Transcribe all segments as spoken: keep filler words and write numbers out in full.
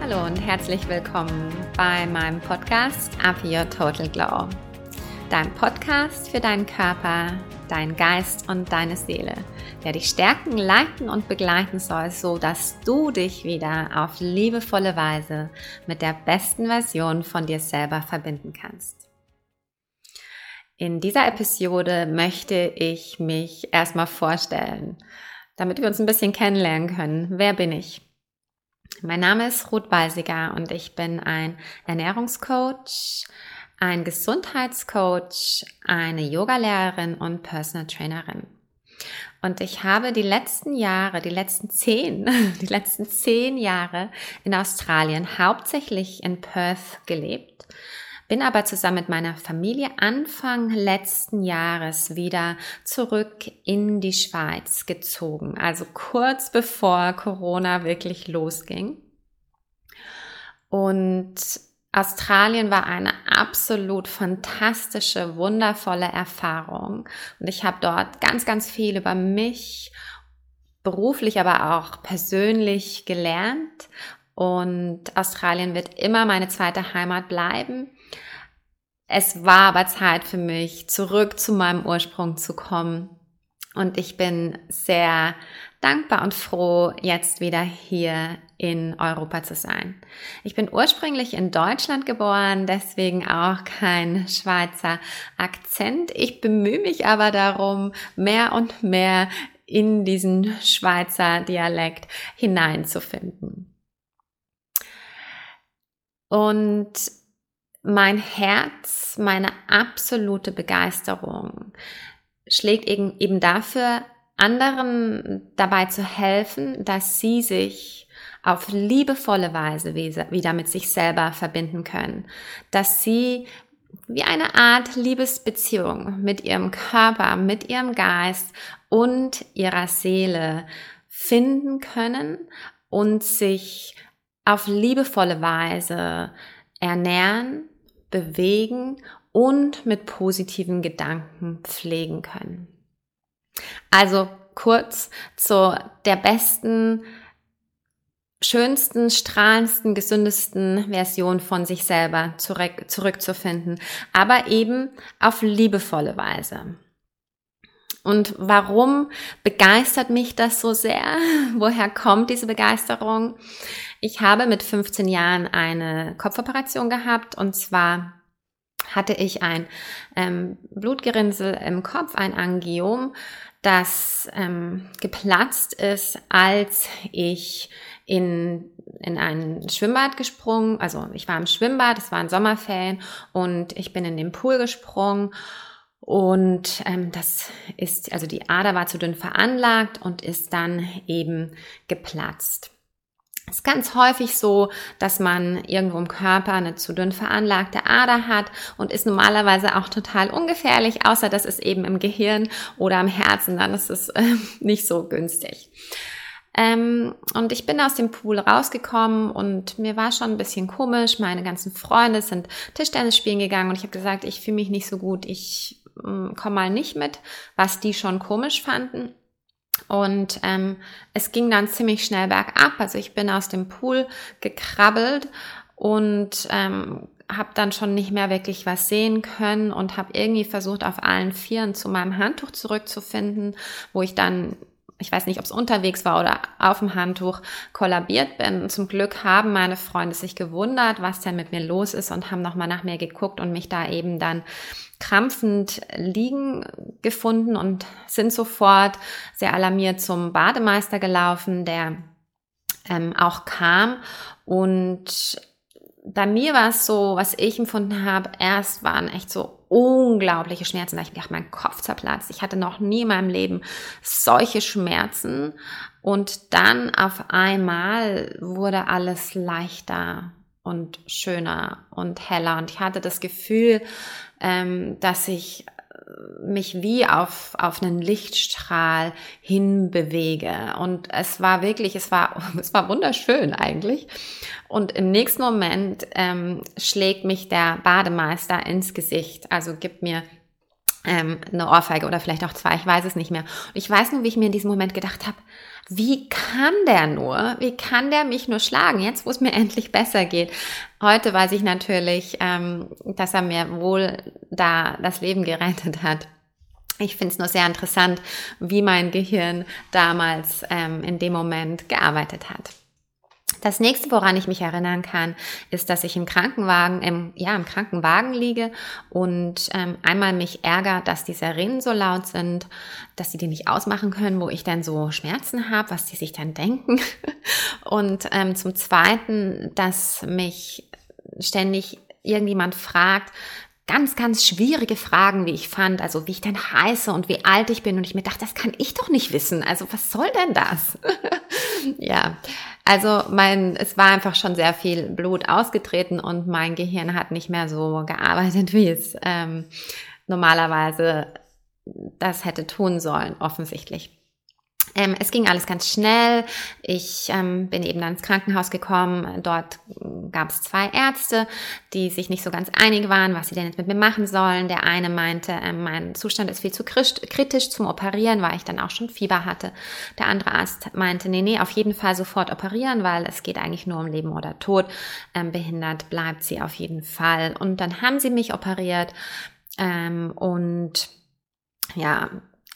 Hallo und herzlich willkommen bei meinem Podcast Up Your Total Glow. Dein Podcast für deinen Körper, deinen Geist und deine Seele, der dich stärken, leiten und begleiten soll, so dass du dich wieder auf liebevolle Weise mit der besten Version von dir selber verbinden kannst. In dieser Episode möchte ich mich erstmal vorstellen, damit wir uns ein bisschen kennenlernen können. Wer bin ich? Mein Name ist Ruth Balsiger und ich bin ein Ernährungscoach, ein Gesundheitscoach, eine Yogalehrerin und Personal Trainerin. Und ich habe die letzten Jahre, die letzten zehn, die letzten zehn Jahre in Australien, hauptsächlich in Perth gelebt. Bin aber zusammen mit meiner Familie Anfang letzten Jahres wieder zurück in die Schweiz gezogen, also kurz bevor Corona wirklich losging. Und Australien war eine absolut fantastische, wundervolle Erfahrung. Und ich habe dort ganz, ganz viel über mich, beruflich, aber auch persönlich gelernt. Und Australien wird immer meine zweite Heimat bleiben. Es war aber Zeit für mich, zurück zu meinem Ursprung zu kommen. Und ich bin sehr dankbar und froh, jetzt wieder hier in Europa zu sein. Ich bin ursprünglich in Deutschland geboren, deswegen auch kein Schweizer Akzent. Ich bemühe mich aber darum, mehr und mehr in diesen Schweizer Dialekt hineinzufinden. Und mein Herz, meine absolute Begeisterung schlägt eben dafür, anderen dabei zu helfen, dass sie sich auf liebevolle Weise wieder mit sich selber verbinden können, dass sie wie eine Art Liebesbeziehung mit ihrem Körper, mit ihrem Geist und ihrer Seele finden können und sich auf liebevolle Weise ernähren, bewegen und mit positiven Gedanken pflegen können. Also kurz zu der besten, schönsten, strahlendsten, gesündesten Version von sich selber zurück, zurückzufinden, aber eben auf liebevolle Weise. Und warum begeistert mich das so sehr? Woher kommt diese Begeisterung? Ich habe mit fünfzehn Jahren eine Kopfoperation gehabt und zwar hatte ich ein ähm, Blutgerinnsel im Kopf, ein Angiom, das ähm, geplatzt ist, als ich in in ein Schwimmbad gesprungen, also ich war im Schwimmbad, es waren Sommerferien und ich bin in den Pool gesprungen. Und ähm, das ist, also die Ader war zu dünn veranlagt und ist dann eben geplatzt. Es ist ganz häufig so, dass man irgendwo im Körper eine zu dünn veranlagte Ader hat und ist normalerweise auch total ungefährlich, außer dass es eben im Gehirn oder am Herzen, dann ist es äh, nicht so günstig. Ähm, und ich bin aus dem Pool rausgekommen und mir war schon ein bisschen komisch. Meine ganzen Freunde sind Tischtennis spielen gegangen und ich habe gesagt, ich fühle mich nicht so gut, ich komm mal nicht mit, was die schon komisch fanden. Und ähm, es ging dann ziemlich schnell bergab. Also ich bin aus dem Pool gekrabbelt und ähm, habe dann schon nicht mehr wirklich was sehen können und habe irgendwie versucht, auf allen Vieren zu meinem Handtuch zurückzufinden, wo ich dann, ich weiß nicht, ob es unterwegs war oder auf dem Handtuch, kollabiert bin. Und zum Glück haben meine Freunde sich gewundert, was denn mit mir los ist und haben nochmal nach mir geguckt und mich da eben dann krampfend liegen gefunden und sind sofort sehr alarmiert zum Bademeister gelaufen, der ähm, auch kam. Und bei mir war es so, was ich empfunden habe, erst waren echt so unglaubliche Schmerzen, da ich dachte, mein Kopf zerplatzt. Ich hatte noch nie in meinem Leben solche Schmerzen. Und dann auf einmal wurde alles leichter und schöner und heller. Und ich hatte das Gefühl, ähm, dass ich mich wie auf, auf einen Lichtstrahl hinbewege. Und es war wirklich, es war, es war wunderschön eigentlich. Und im nächsten Moment ähm, schlägt mich der Bademeister ins Gesicht, also gibt mir ähm, eine Ohrfeige oder vielleicht auch zwei, ich weiß es nicht mehr. Und ich weiß nur, wie ich mir in diesem Moment gedacht habe, wie kann der nur, wie kann der mich nur schlagen, jetzt wo es mir endlich besser geht. Heute weiß ich natürlich, ähm, dass er mir wohl da das Leben gerettet hat. Ich finde es nur sehr interessant, wie mein Gehirn damals ähm, in dem Moment gearbeitet hat. Das nächste, woran ich mich erinnern kann, ist, dass ich im Krankenwagen, im, ja, im Krankenwagen liege und ähm, einmal mich ärgert, dass die Sirenen so laut sind, dass sie die nicht ausmachen können, wo ich dann so Schmerzen habe, was die sich dann denken. Und ähm, zum Zweiten, dass mich ständig irgendjemand fragt, ganz, ganz schwierige Fragen, wie ich fand, also wie ich denn heiße und wie alt ich bin. Und ich mir dachte, das kann ich doch nicht wissen. Also was soll denn das? Ja, also mein, es war einfach schon sehr viel Blut ausgetreten und mein Gehirn hat nicht mehr so gearbeitet, wie es ähm, normalerweise das hätte tun sollen, offensichtlich. Ähm, es ging alles ganz schnell. Ich ähm, bin eben dann ins Krankenhaus gekommen. Dort gab es zwei Ärzte, die sich nicht so ganz einig waren, was sie denn jetzt mit mir machen sollen. Der eine meinte, ähm, mein Zustand ist viel zu kritisch zum Operieren, weil ich dann auch schon Fieber hatte. Der andere Arzt meinte, nee, nee, auf jeden Fall sofort operieren, weil es geht eigentlich nur um Leben oder Tod. Ähm, behindert bleibt sie auf jeden Fall. Und dann haben sie mich operiert ähm, und ja,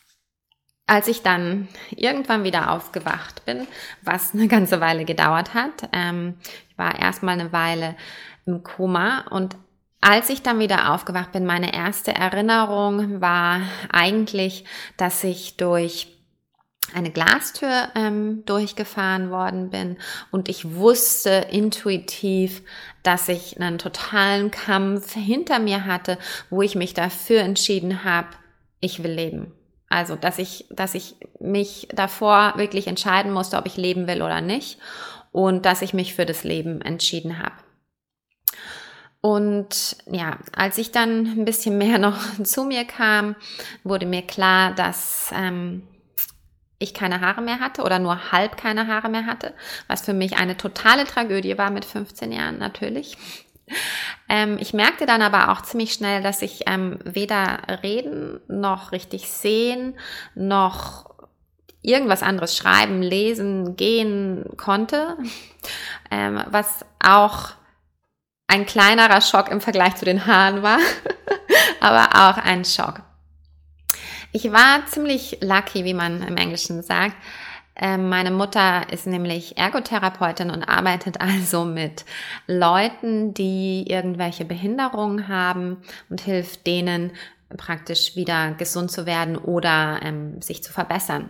als ich dann irgendwann wieder aufgewacht bin, was eine ganze Weile gedauert hat, ähm, ich war erstmal eine Weile im Koma und als ich dann wieder aufgewacht bin, meine erste Erinnerung war eigentlich, dass ich durch eine Glastür ähm, durchgefahren worden bin und ich wusste intuitiv, dass ich einen totalen Kampf hinter mir hatte, wo ich mich dafür entschieden habe, ich will leben. Also, dass ich, dass ich mich davor wirklich entscheiden musste, ob ich leben will oder nicht und dass ich mich für das Leben entschieden habe. Und ja, als ich dann ein bisschen mehr noch zu mir kam, wurde mir klar, dass ähm, ich keine Haare mehr hatte oder nur halb keine Haare mehr hatte, was für mich eine totale Tragödie war mit fünfzehn Jahren natürlich. Ähm, ich merkte dann aber auch ziemlich schnell, dass ich ähm, weder reden noch richtig sehen noch irgendwas anderes schreiben, lesen, gehen konnte, ähm, was auch ein kleinerer Schock im Vergleich zu den Haaren war, aber auch ein Schock. Ich war ziemlich lucky, wie man im Englischen sagt. Meine Mutter ist nämlich Ergotherapeutin und arbeitet also mit Leuten, die irgendwelche Behinderungen haben und hilft denen praktisch wieder gesund zu werden oder ähm, sich zu verbessern.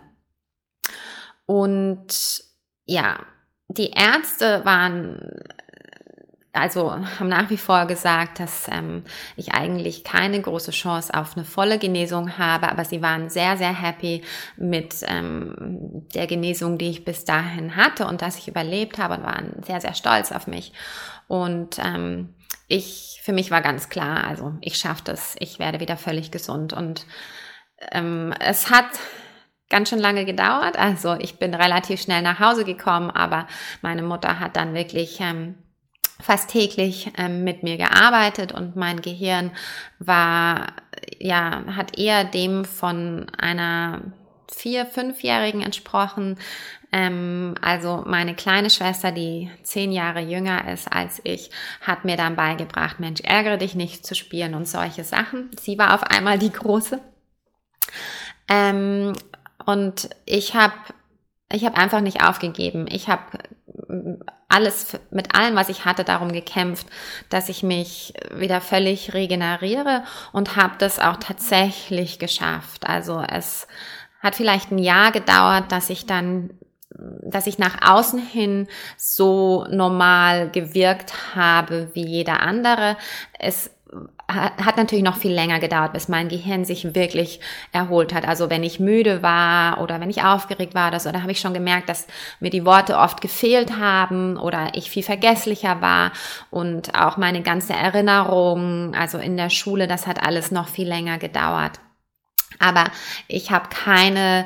Und ja, die Ärzte waren Also haben nach wie vor gesagt, dass ähm, ich eigentlich keine große Chance auf eine volle Genesung habe, aber sie waren sehr, sehr happy mit ähm, der Genesung, die ich bis dahin hatte und dass ich überlebt habe und waren sehr, sehr stolz auf mich. Und ähm, ich, für mich war ganz klar, also ich schaffe das, ich werde wieder völlig gesund. Und ähm, es hat ganz schön lange gedauert, also ich bin relativ schnell nach Hause gekommen, aber meine Mutter hat dann wirklich Ähm, fast täglich ähm, mit mir gearbeitet und mein Gehirn war, ja, hat eher dem von einer vier-, fünfjährigen entsprochen. Ähm, also meine kleine Schwester, die zehn Jahre jünger ist als ich, hat mir dann beigebracht, Mensch, ärgere dich nicht zu spielen und solche Sachen. Sie war auf einmal die Große. Ähm, und ich habe ich habe einfach nicht aufgegeben. Ich habe alles mit allem, was ich hatte, darum gekämpft, dass ich mich wieder völlig regeneriere und habe das auch tatsächlich geschafft. Also es hat vielleicht ein Jahr gedauert, dass ich dann, dass ich nach außen hin so normal gewirkt habe wie jeder andere. Es hat natürlich noch viel länger gedauert, bis mein Gehirn sich wirklich erholt hat. Also wenn ich müde war oder wenn ich aufgeregt war oder so, da habe ich schon gemerkt, dass mir die Worte oft gefehlt haben oder ich viel vergesslicher war und auch meine ganze Erinnerung, also in der Schule, das hat alles noch viel länger gedauert. Aber ich habe keine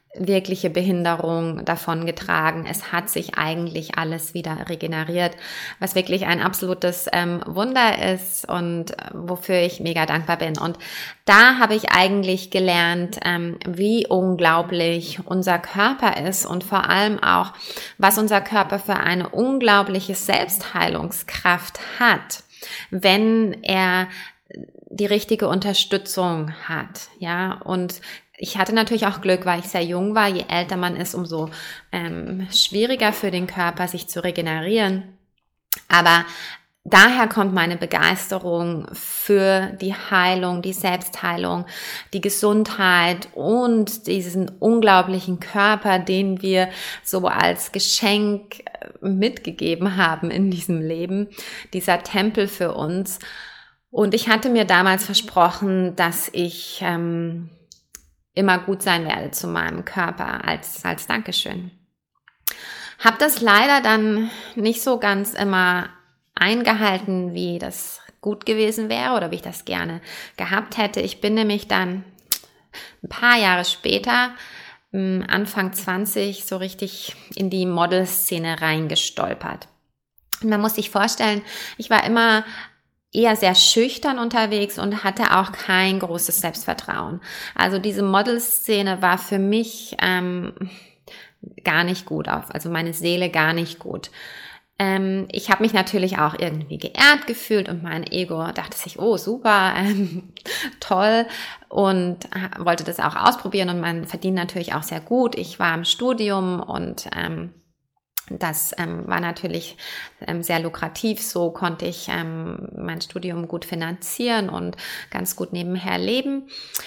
wirkliche Behinderung davongetragen. Es hat sich eigentlich alles wieder regeneriert, was wirklich ein absolutes ähm, Wunder ist und äh, wofür ich mega dankbar bin. Und da habe ich eigentlich gelernt, ähm, wie unglaublich unser Körper ist und vor allem auch, was unser Körper für eine unglaubliche Selbstheilungskraft hat, wenn er die richtige Unterstützung hat, ja, und ich hatte natürlich auch Glück, weil ich sehr jung war. Je älter man ist, umso ähm, schwieriger für den Körper, sich zu regenerieren. Aber daher kommt meine Begeisterung für die Heilung, die Selbstheilung, die Gesundheit und diesen unglaublichen Körper, den wir so als Geschenk mitgegeben haben in diesem Leben, dieser Tempel für uns. Und ich hatte mir damals versprochen, dass ich ähm, immer gut sein werde zu meinem Körper als, als Dankeschön. Hab das leider dann nicht so ganz immer eingehalten, wie das gut gewesen wäre oder wie ich das gerne gehabt hätte. Ich bin nämlich dann ein paar Jahre später, Anfang zwanzig, so richtig in die Modelszene reingestolpert. Und man muss sich vorstellen, ich war immer eher sehr schüchtern unterwegs und hatte auch kein großes Selbstvertrauen. Also diese Modelszene war für mich ähm, gar nicht gut auf, also meine Seele gar nicht gut. Ähm, ich habe mich natürlich auch irgendwie geehrt gefühlt und mein Ego dachte sich, oh super, ähm, toll, und wollte das auch ausprobieren und man verdient natürlich auch sehr gut. Ich war im Studium und ähm, Das ähm, war natürlich ähm, sehr lukrativ, so konnte ich ähm, mein Studium gut finanzieren und ganz gut nebenher leben.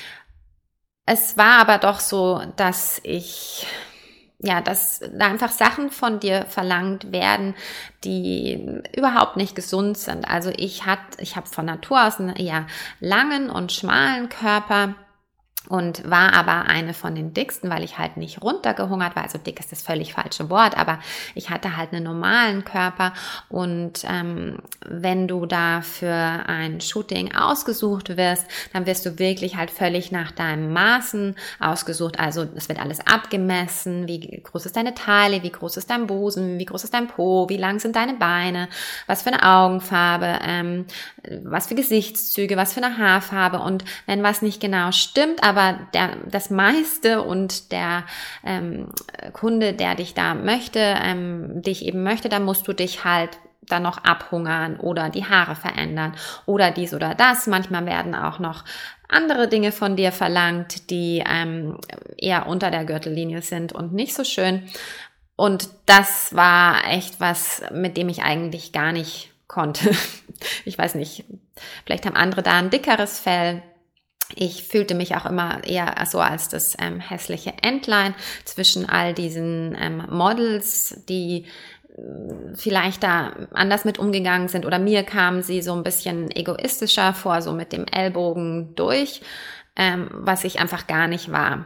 Es war aber doch so, dass ich, ja, dass da einfach Sachen von dir verlangt werden, die überhaupt nicht gesund sind. Also ich hatte, ich habe von Natur aus einen eher langen und schmalen Körper und war aber eine von den dicksten, weil ich halt nicht runtergehungert war. Also dick ist das völlig falsche Wort, aber ich hatte halt einen normalen Körper. Und ähm, wenn du da für ein Shooting ausgesucht wirst, dann wirst du wirklich halt völlig nach deinen Maßen ausgesucht. Also es wird alles abgemessen. Wie groß ist deine Taille? Wie groß ist dein Busen? Wie groß ist dein Po? Wie lang sind deine Beine? Was für eine Augenfarbe? Ähm, was für Gesichtszüge? Was für eine Haarfarbe? Und wenn was nicht genau stimmt, aber der, das meiste und der ähm, Kunde, der dich da möchte, ähm, dich eben möchte, da musst du dich halt dann noch abhungern oder die Haare verändern oder dies oder das. Manchmal werden auch noch andere Dinge von dir verlangt, die ähm, eher unter der Gürtellinie sind und nicht so schön. Und das war echt was, mit dem ich eigentlich gar nicht konnte. Ich weiß nicht, vielleicht haben andere da ein dickeres Fell. Ich fühlte mich auch immer eher so als das ähm, hässliche Entlein zwischen all diesen ähm, Models, die äh, vielleicht da anders mit umgegangen sind, oder mir kamen sie so ein bisschen egoistischer vor, so mit dem Ellbogen durch, ähm, was ich einfach gar nicht war.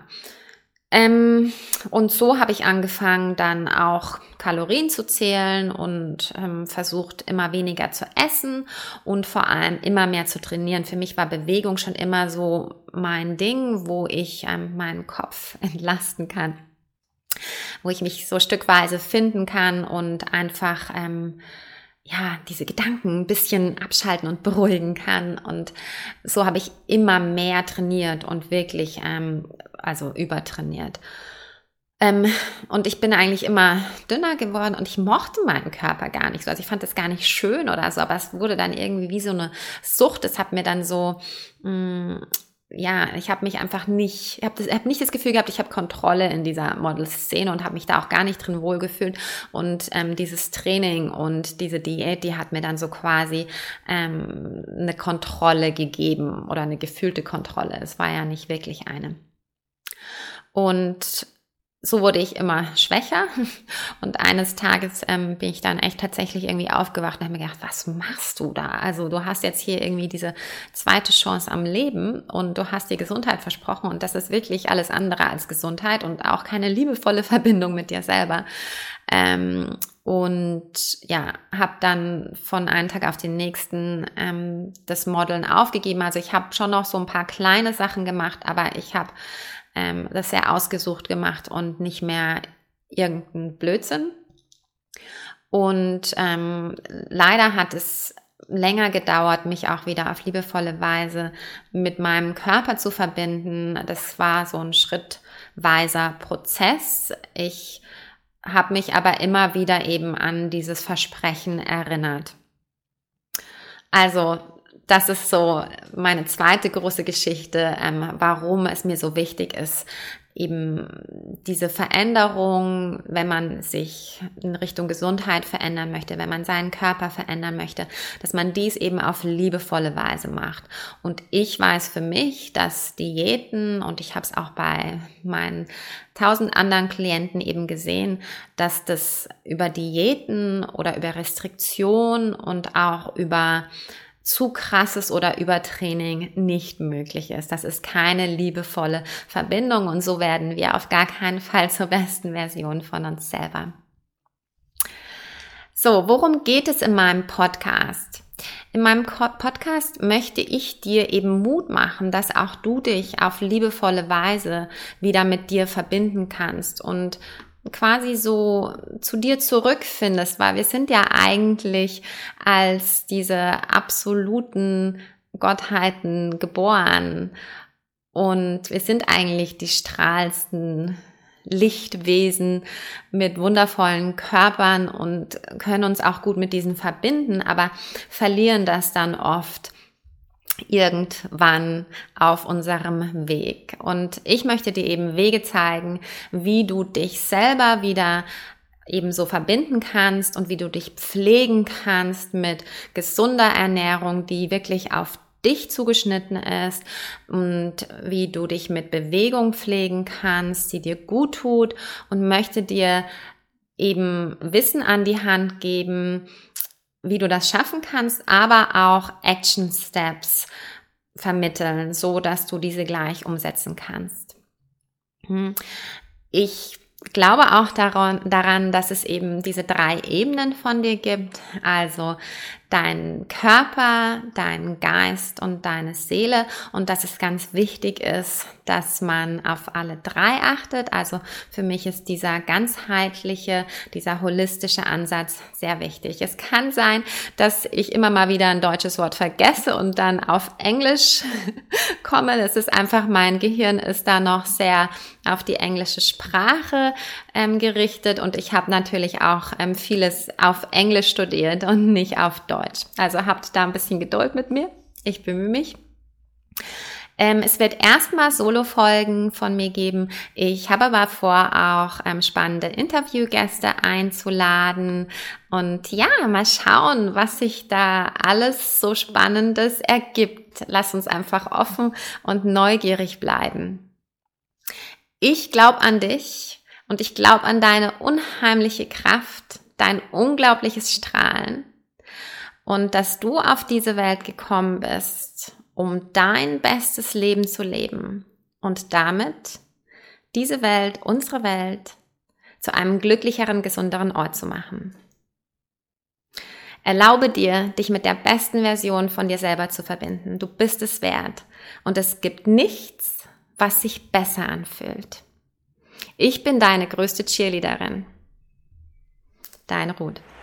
Ähm, und so habe ich angefangen, dann auch Kalorien zu zählen und ähm, versucht, immer weniger zu essen und vor allem immer mehr zu trainieren. Für mich war Bewegung schon immer so mein Ding, wo ich ähm, meinen Kopf entlasten kann, wo ich mich so stückweise finden kann und einfach ähm, ja, diese Gedanken ein bisschen abschalten und beruhigen kann. Und so habe ich immer mehr trainiert und wirklich, ähm, also übertrainiert. Ähm, und ich bin eigentlich immer dünner geworden und ich mochte meinen Körper gar nicht so. Also ich fand das gar nicht schön oder so, aber es wurde dann irgendwie wie so eine Sucht. Es hat mir dann so, mh, ja, ich habe mich einfach nicht, ich habe hab nicht das Gefühl gehabt, ich habe Kontrolle in dieser Modelszene und habe mich da auch gar nicht drin wohlgefühlt. Und ähm, dieses Training und diese Diät, die hat mir dann so quasi ähm, eine Kontrolle gegeben oder eine gefühlte Kontrolle. Es war ja nicht wirklich eine. Und so wurde ich immer schwächer und eines Tages ähm, bin ich dann echt tatsächlich irgendwie aufgewacht und habe mir gedacht, was machst du da? Also du hast jetzt hier irgendwie diese zweite Chance am Leben und du hast dir Gesundheit versprochen und das ist wirklich alles andere als Gesundheit und auch keine liebevolle Verbindung mit dir selber. Ähm, und ja, habe dann von einem Tag auf den nächsten ähm, das Modeln aufgegeben. Also ich habe schon noch so ein paar kleine Sachen gemacht, aber ich habe ähm, das sehr ausgesucht gemacht und nicht mehr irgendein Blödsinn. Und ähm, leider hat es länger gedauert, mich auch wieder auf liebevolle Weise mit meinem Körper zu verbinden. Das war so ein schrittweiser Prozess. Ich habe mich aber immer wieder eben an dieses Versprechen erinnert. Also das ist so meine zweite große Geschichte, ähm, warum es mir so wichtig ist, eben diese Veränderung, wenn man sich in Richtung Gesundheit verändern möchte, wenn man seinen Körper verändern möchte, dass man dies eben auf liebevolle Weise macht. Und ich weiß für mich, dass Diäten, und ich habe es auch bei meinen tausend anderen Klienten eben gesehen, dass das über Diäten oder über Restriktion und auch über zu krasses oder Übertraining nicht möglich ist. Das ist keine liebevolle Verbindung und so werden wir auf gar keinen Fall zur besten Version von uns selber. So, worum geht es in meinem Podcast? In meinem Podcast möchte ich dir eben Mut machen, dass auch du dich auf liebevolle Weise wieder mit dir verbinden kannst und quasi so zu dir zurückfindest, weil wir sind ja eigentlich als diese absoluten Gottheiten geboren und wir sind eigentlich die strahlendsten Lichtwesen mit wundervollen Körpern und können uns auch gut mit diesen verbinden, aber verlieren das dann oft irgendwann auf unserem Weg. Und ich möchte dir eben Wege zeigen, wie du dich selber wieder eben so verbinden kannst und wie du dich pflegen kannst mit gesunder Ernährung, die wirklich auf dich zugeschnitten ist und wie du dich mit Bewegung pflegen kannst, die dir gut tut, und möchte dir eben Wissen an die Hand geben, wie du das schaffen kannst, aber auch Action Steps vermitteln, so dass du diese gleich umsetzen kannst. Ich glaube auch daran, daran, dass es eben diese drei Ebenen von dir gibt, also dein Körper, dein Geist und deine Seele, und dass es ganz wichtig ist, dass man auf alle drei achtet. Also für mich ist dieser ganzheitliche, dieser holistische Ansatz sehr wichtig. Es kann sein, dass ich immer mal wieder ein deutsches Wort vergesse und dann auf Englisch komme. Das ist einfach, mein Gehirn ist da noch sehr auf die englische Sprache ähm, gerichtet, und ich habe natürlich auch ähm, vieles auf Englisch studiert und nicht auf Deutsch. Also habt da ein bisschen Geduld mit mir. Ich bemühe mich. Ähm, es wird erstmal Solo-Folgen von mir geben. Ich habe aber vor, auch ähm, spannende Interviewgäste einzuladen. Und ja, mal schauen, was sich da alles so Spannendes ergibt. Lass uns einfach offen und neugierig bleiben. Ich glaube an dich und ich glaube an deine unheimliche Kraft, dein unglaubliches Strahlen. Und dass du auf diese Welt gekommen bist, um dein bestes Leben zu leben und damit diese Welt, unsere Welt, zu einem glücklicheren, gesünderen Ort zu machen. Erlaube dir, dich mit der besten Version von dir selber zu verbinden. Du bist es wert. Und es gibt nichts, was sich besser anfühlt. Ich bin deine größte Cheerleaderin. Deine Ruth.